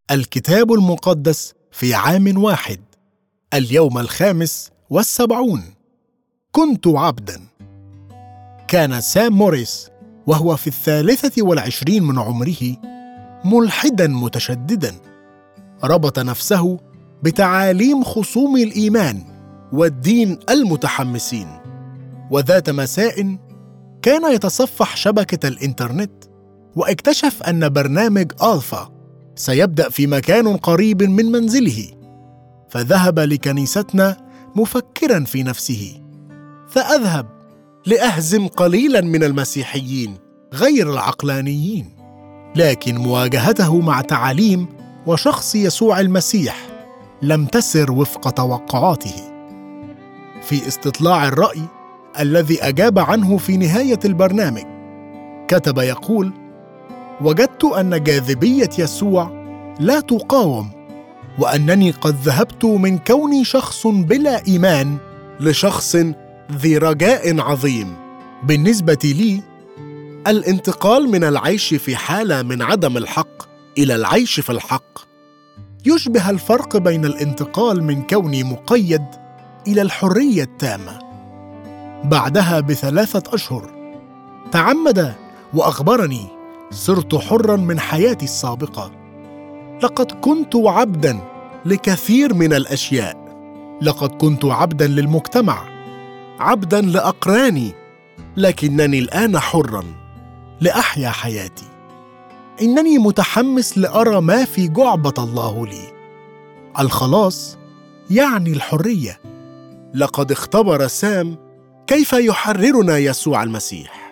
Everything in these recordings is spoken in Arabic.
الكتاب المقدس في عام واحد، اليوم 75. كنت عبدا. كان سام موريس وهو في 23 من عمره ملحدا متشددا، ربط نفسه بتعاليم خصوم الإيمان والدين المتحمسين. وذات مساء كان يتصفح شبكة الإنترنت، واكتشف أن برنامج آلفا سيبدأ في مكان قريب من منزله، فذهب لكنيستنا مفكرا في نفسه: سأذهب لأهزم قليلا من المسيحيين غير العقلانيين. لكن مواجهته مع تعاليم وشخص يسوع المسيح لم تسر وفق توقعاته. في استطلاع الرأي الذي أجاب عنه في نهاية البرنامج، كتب يقول: وجدت أن جاذبية يسوع لا تقاوم، وأنني قد ذهبت من كوني شخص بلا إيمان لشخص ذي رجاء عظيم. بالنسبة لي، الانتقال من العيش في حالة من عدم الحق إلى العيش في الحق يشبه الفرق بين الانتقال من كوني مقيد إلى الحرية التامة. بعدها ب3 أشهر تعمد وأخبرني: صرت حراً من حياتي السابقة. لقد كنت عبداً لكثير من الأشياء. لقد كنت عبداً للمجتمع، عبداً لأقراني، لكنني الآن حراً لأحيا حياتي. إنني متحمس لأرى ما في جعبة الله لي. الخلاص يعني الحرية. لقد اختبر سام كيف يحررنا يسوع المسيح.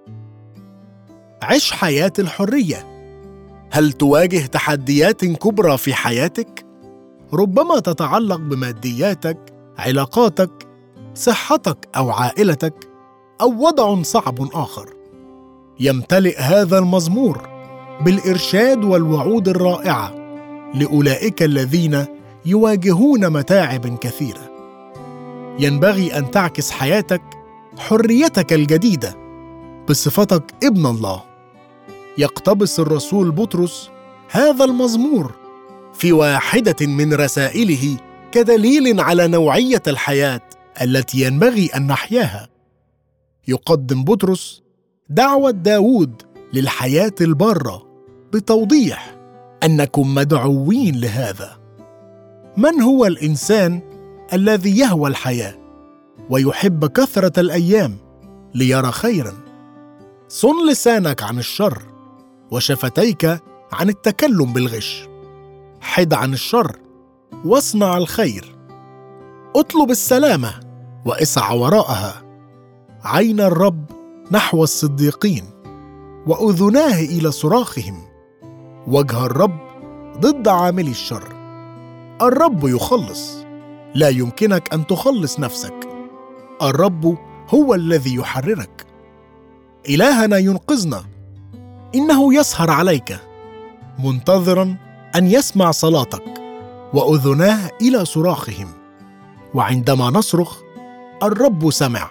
عش حياة الحرية. هل تواجه تحديات كبرى في حياتك؟ ربما تتعلق بمادياتك، علاقاتك، صحتك أو عائلتك، أو وضع صعب آخر. يمتلئ هذا المزمور بالإرشاد والوعود الرائعة لأولئك الذين يواجهون متاعب كثيرة. ينبغي أن تعكس حياتك حريتك الجديدة بصفتك ابن الله. يقتبس الرسول بطرس هذا المزمور في واحدة من رسائله كدليل على نوعية الحياة التي ينبغي أن نحياها. يقدم بطرس دعوة داود للحياة البارة بتوضيح أنكم مدعوين لهذا. من هو الإنسان الذي يهوى الحياة ويحب كثرة الأيام ليرى خيراً؟ صن لسانك عن الشر وشفتيك عن التكلم بالغش. حد عن الشر واصنع الخير. اطلب السلامة واسع وراءها. عين الرب نحو الصديقين وأذناه إلى صراخهم. وجه الرب ضد عاملي الشر. الرب يخلص، لا يمكنك أن تخلص نفسك. الرب هو الذي يحررك. إلهنا ينقذنا. إنه يسهر عليك منتظراً أن يسمع صلاتك وأذناه إلى صراخهم. وعندما نصرخ الرب سمع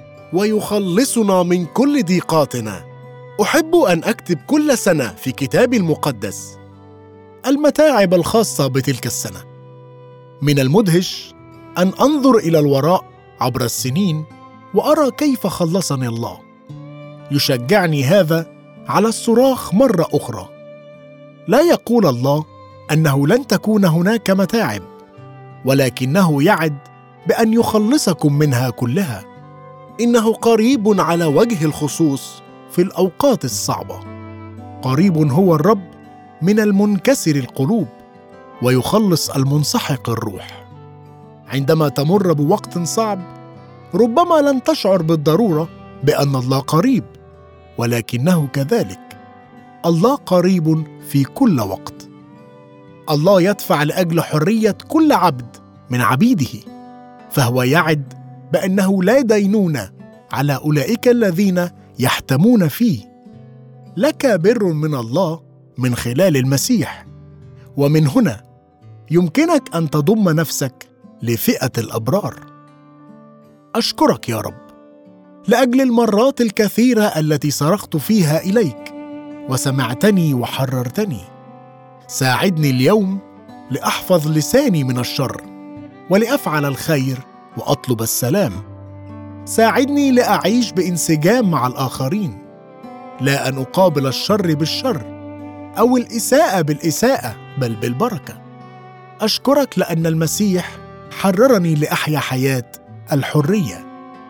ويخلصنا من كل ضيقاتنا. أحب أن أكتب كل سنة في كتابي المقدس المتاعب الخاصة بتلك السنة. من المدهش أن أنظر إلى الوراء عبر السنين وأرى كيف خلصني الله. يشجعني هذا على الصراخ مرة أخرى. لا يقول الله أنه لن تكون هناك متاعب، ولكنه يعد بأن يخلصكم منها كلها. إنه قريب على وجه الخصوص في الأوقات الصعبة. قريب هو الرب من المنكسر القلوب، ويخلص المنسحق الروح. عندما تمر بوقت صعب ربما لن تشعر بالضرورة بأن الله قريب، ولكنه كذلك. الله قريب في كل وقت. الله يدفع لأجل حرية كل عبد من عبيده، فهو يعد بأنه لا دينونة على أولئك الذين يحتمون فيه. لك بر من الله من خلال المسيح، ومن هنا يمكنك أن تضم نفسك لفئة الأبرار. أشكرك يا رب لأجل المرات الكثيرة التي صرخت فيها إليك وسمعتني وحررتني. ساعدني اليوم لأحفظ لساني من الشر، ولأفعل الخير وأطلب السلام. ساعدني لأعيش بانسجام مع الآخرين، لا أن أقابل الشر بالشر أو الإساءة بالإساءة، بل بالبركة. أشكرك لأن المسيح حررني لأحيا حياة الحرية.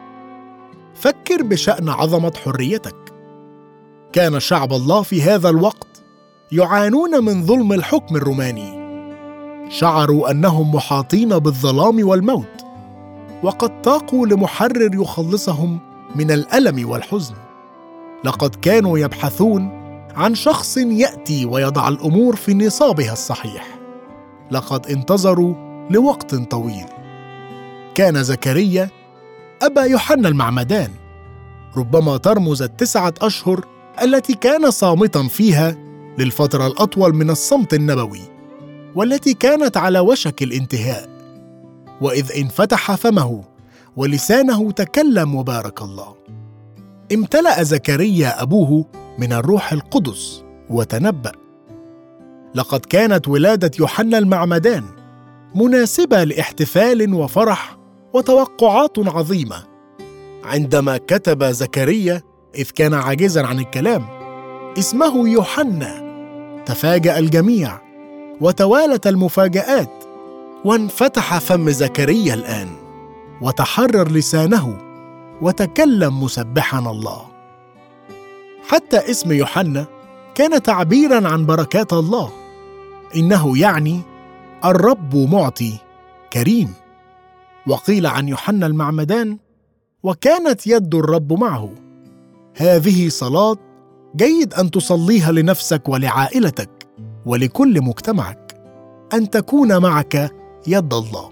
فكر بشأن عظمة حريتك. كان شعب الله في هذا الوقت يعانون من ظلم الحكم الروماني. شعروا أنهم محاطين بالظلام والموت، وقد طاقوا لمحرر يخلصهم من الألم والحزن. لقد كانوا يبحثون عن شخص يأتي ويضع الأمور في نصابها الصحيح. لقد انتظروا لوقت طويل. كان زكريا أبا يوحنا المعمدان. ربما ترمز 9 أشهر التي كان صامتا فيها للفترة الأطول من الصمت النبوي، والتي كانت على وشك الانتهاء. وإذ انفتح فمه ولسانه تكلم وبارك الله. امتلأ زكريا أبوه من الروح القدس وتنبأ. لقد كانت ولادة يوحنا المعمدان مناسبة لاحتفال وفرح وتوقعات عظيمة. عندما كتب زكريا إذ كان عاجزا عن الكلام اسمه يوحنا، تفاجأ الجميع وتوالت المفاجآت، وانفتح فم زكريا الآن وتحرر لسانه وتكلم مسبحا الله. حتى اسم يوحنا كان تعبيرا عن بركات الله. إنه يعني الرب معطي كريم. وقيل عن يوحنا المعمدان: وكانت يد الرب معه. هذه صلاة جيد أن تصليها لنفسك ولعائلتك ولكل مجتمعك، أن تكون معك يد الله.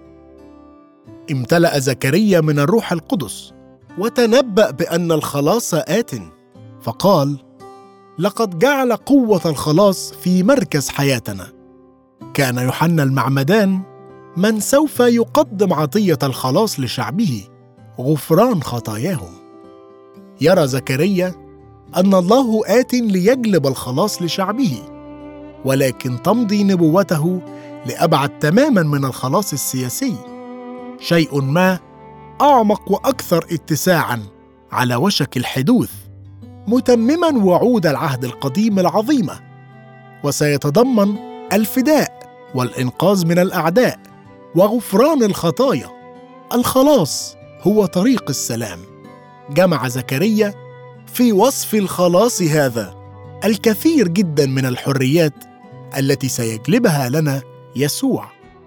امتلأ زكريا من الروح القدس وتنبأ بأن الخلاص آت، فقال: لقد جعل قوة الخلاص في مركز حياتنا. كان يوحنا المعمدان من سوف يقدم عطية الخلاص لشعبه، غفران خطاياهم. يرى زكريا أن الله آت ليجلب الخلاص لشعبه، ولكن تمضي نبوته لأبعد تماما من الخلاص السياسي. شيء ما أعمق وأكثر اتساعا على وشك الحدوث، متمما وعود العهد القديم العظيمة، وسيتضمن الفداء والإنقاذ من الأعداء وغفران الخطايا. الخلاص هو طريق السلام. جمع زكريا في وصف الخلاص هذا الكثير جدا من الحريات التي سيجلبها لنا يسوع.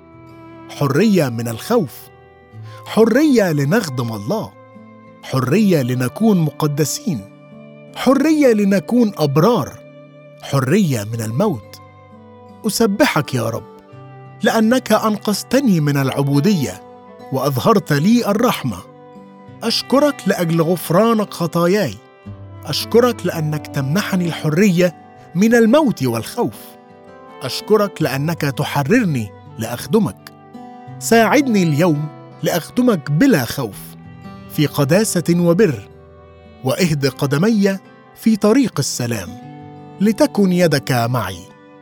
حرية من الخوف، حرية لنخدم الله، حرية لنكون مقدسين، حرية لنكون أبرار، حرية من الموت. أسبحك يا رب لأنك أنقذتني من العبودية وأظهرت لي الرحمة. أشكرك لأجل غفرانك خطاياي. أشكرك لأنك تمنحني الحرية من الموت والخوف. أشكرك لأنك تحررني لأخدمك. ساعدني اليوم لأخدمك بلا خوف، في قداسة وبر، واهد قدمي في طريق السلام، لتكن يدك معي.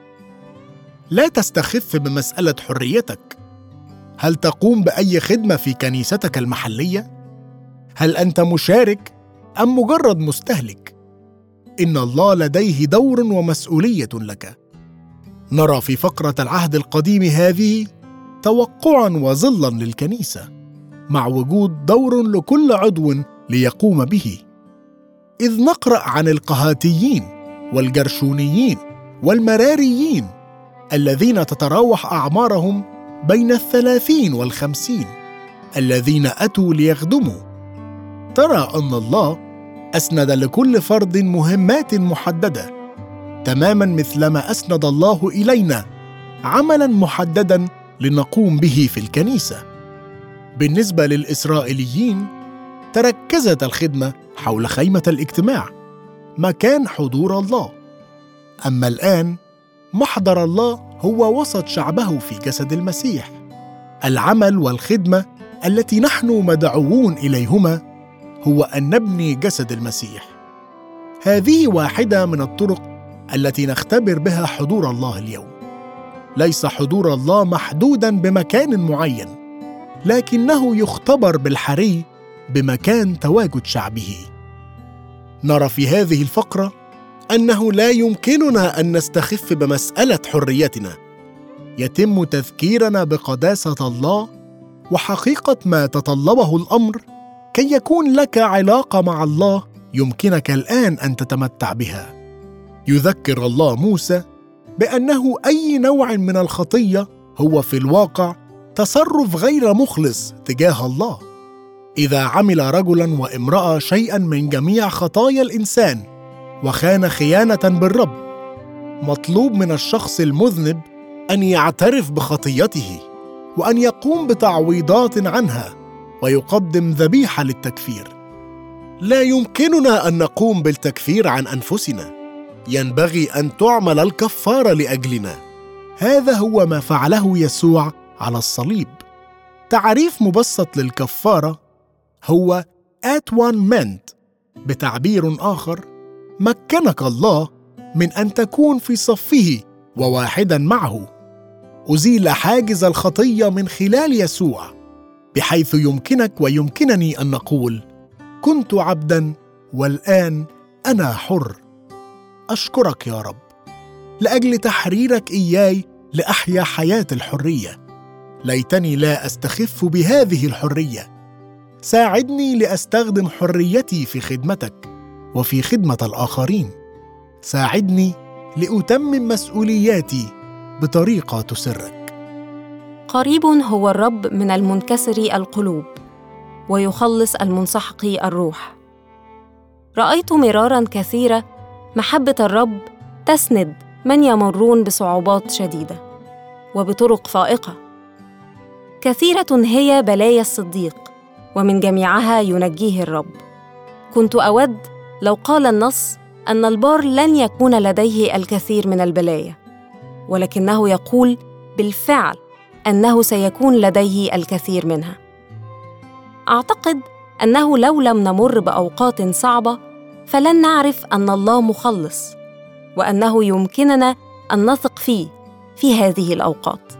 لا تستخف بمسألة حريتك. هل تقوم بأي خدمة في كنيستك المحلية؟ هل أنت مشارك أم مجرد مستهلك؟ إن الله لديه دور ومسؤولية لك. نرى في فقرة العهد القديم هذه توقعاً وظلاً للكنيسة، مع وجود دور لكل عضو ليقوم به. إذ نقرأ عن القهاتيين والجرشونيين والمراريين الذين تتراوح أعمارهم بين 30 و50، الذين أتوا ليخدموا. ترى أن الله أسند لكل فرد مهمات محددة، تماماً مثلما أسند الله إلينا عملاً محدداً لنقوم به في الكنيسة. بالنسبة للإسرائيليين تركزت الخدمة حول خيمة الاجتماع، مكان حضور الله. أما الآن محضر الله هو وسط شعبه في جسد المسيح. العمل والخدمة التي نحن مدعوون إليهما هو أن نبني جسد المسيح. هذه واحدة من الطرق التي نختبر بها حضور الله اليوم. ليس حضور الله محدوداً بمكان معين، لكنه يختبر بالحري بمكان تواجد شعبه. نرى في هذه الفقرة أنه لا يمكننا أن نستخف بمسألة حريتنا. يتم تذكيرنا بقداسة الله وحقيقة ما تطلبه الأمر كي يكون لك علاقة مع الله يمكنك الآن أن تتمتع بها. يذكر الله موسى بأنه أي نوع من الخطية هو في الواقع تصرف غير مخلص تجاه الله. إذا عمل رجلاً وامرأة شيئاً من جميع خطايا الإنسان وخان خيانة بالرب، مطلوب من الشخص المذنب أن يعترف بخطيته وأن يقوم بتعويضات عنها ويقدم ذبيحة للتكفير. لا يمكننا أن نقوم بالتكفير عن أنفسنا، ينبغي أن تعمل الكفارة لأجلنا. هذا هو ما فعله يسوع على الصليب. تعريف مبسط للكفارة هو atonement. بتعبير آخر، مكنك الله من أن تكون في صفه وواحدا معه. أزيل حاجز الخطية من خلال يسوع، بحيث يمكنك ويمكنني أن نقول: كنت عبدا والآن أنا حر. أشكرك يا رب لأجل تحريرك إياي لأحيا حياة الحرية. ليتني لا أستخف بهذه الحرية. ساعدني لأستخدم حريتي في خدمتك وفي خدمة الآخرين. ساعدني لأتمم مسؤولياتي بطريقة تسرك. قريب هو الرب من المنكسر القلوب ويخلص المنسحق الروح. رأيت مرارا كثيرة محبة الرب تسند من يمرون بصعوبات شديدة وبطرق فائقة. كثيرة هي بلايا الصديق ومن جميعها ينجيه الرب. كنت أود لو قال النص أن البار لن يكون لديه الكثير من البلايا، ولكنه يقول بالفعل أنه سيكون لديه الكثير منها. أعتقد أنه لو لم نمر بأوقات صعبة فلن نعرف أن الله مخلص، وأنه يمكننا أن نثق فيه في هذه الأوقات.